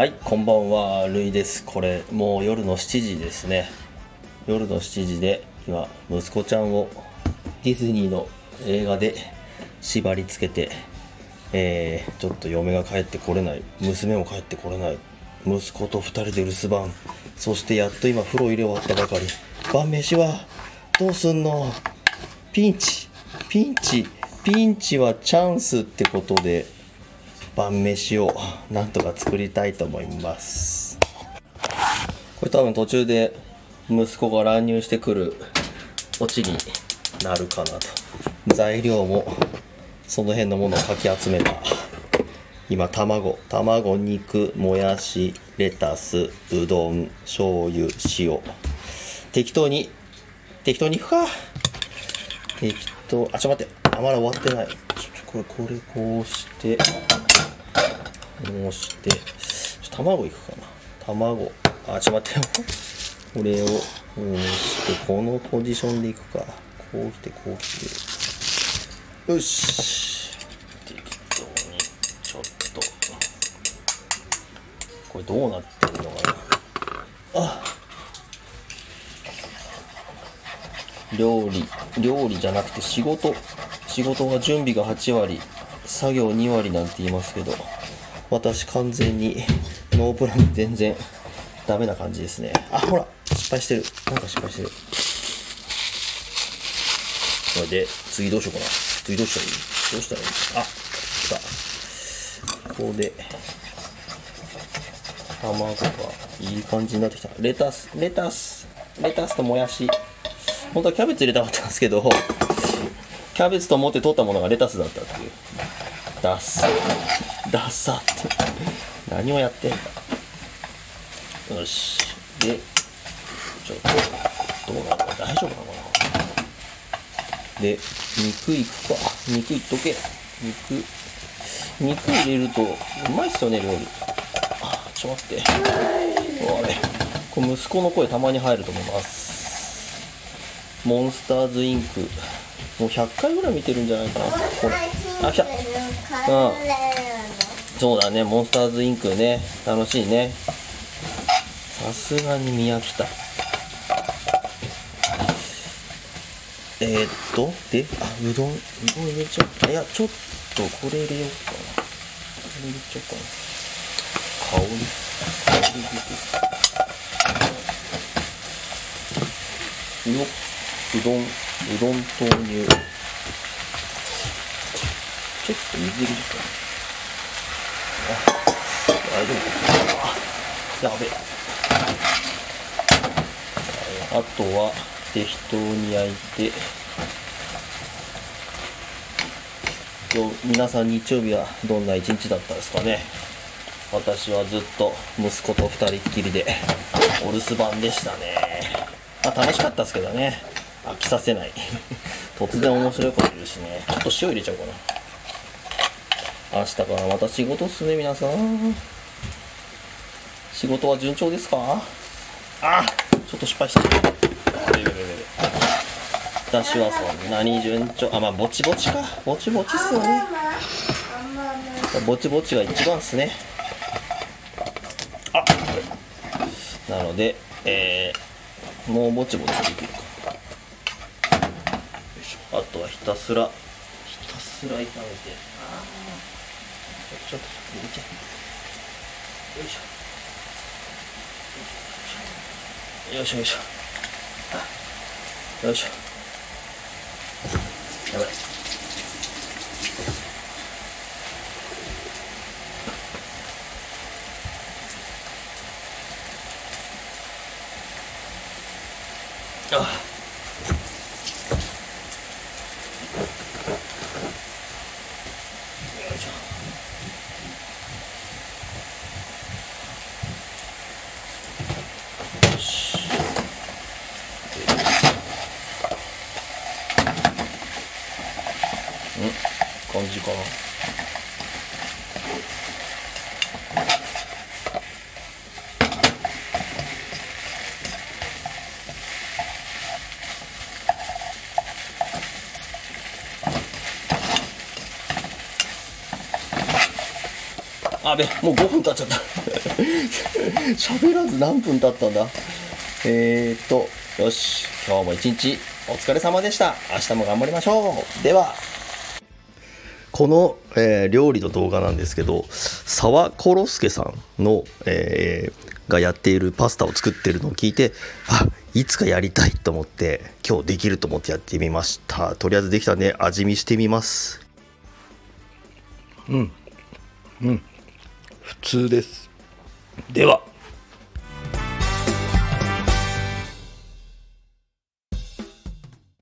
はい、こんばんは、るいです。これもう夜の7時ですね。夜の7時で今息子ちゃんをディズニーの映画で縛り付けて、ちょっと嫁が帰ってこれない、娘も帰ってこれない、息子と2人で留守番、そしてやっと今風呂入れ終わったばかり。晩飯はどうすんの？ピンチはチャンスってことで晩飯をなんとか作りたいと思います。これ多分途中で息子が乱入してくるオチになるかなと。材料もその辺のものをかき集めた。今卵、肉、もやし、レタス、うどん、醤油、塩、適当にいくか。ちょっと待って、まだ終わってない。これこうして卵いくかな。卵、ちょっと待ってよ。これをこうしてこのポジションでいくか。こう来てよし。適当にちょっとこれどうなってるのかな。料理じゃなくて仕事が準備が8割作業2割なんて言いますけど、私完全にノープランで全然ダメな感じですね。ほら失敗してる。これで次どうしようかな。どうしたらいい？来た。ここで卵がいい感じになってきた。レタスともやし。本当はキャベツ入れたかったんですけど、キャベツと思って取ったものがレタスだったっていう。ダッサって何をやってんだ。よし。でちょっとどうなるか大丈夫かな。で肉いくか。肉いっとけ。肉入れるとうまいっすよね、料理。ちょっと待って。これ息子の声たまに入ると思います。モンスターズインクもう100回ぐらい見てるんじゃないかな。これ来た。そうだね、モンスターズインクね、楽しいね。さすがに見飽きた。でうどん入れちゃう。いや、ちょっとこれ入れようかな。入れちゃおうかな。香りよっ。うどん豆乳。ちょっと水入れるかな。大丈夫かな。やべえ。あとは適当に焼いて。皆さん日曜日はどんな一日だったですかね。私はずっと息子と二人っきりでお留守番でしたね。楽しかったですけどね、飽きさせない突然面白いこと言うしね。ちょっと塩入れちゃおうかな。明日からまた仕事っすね。皆さん仕事は順調ですか？ちょっと失敗した。私はそんなに順調。ぼちぼちっすよね。ぼちぼちが一番っすね。なのでもうぼちぼちできるか。あとはひたすら炒めて、ちょっと入れちゃう。よいしょ。やばい。感じかな。 あべ、もう5分経っちゃった喋らず何分経ったんだ。よし、今日も一日お疲れ様でした。明日も頑張りましょう。では、この、料理の動画なんですけど、沢コロスケさんの、がやっているパスタを作ってるのを聞いて、いつかやりたいと思って、今日できると思ってやってみました。とりあえずできたんで味見してみます。普通です。では。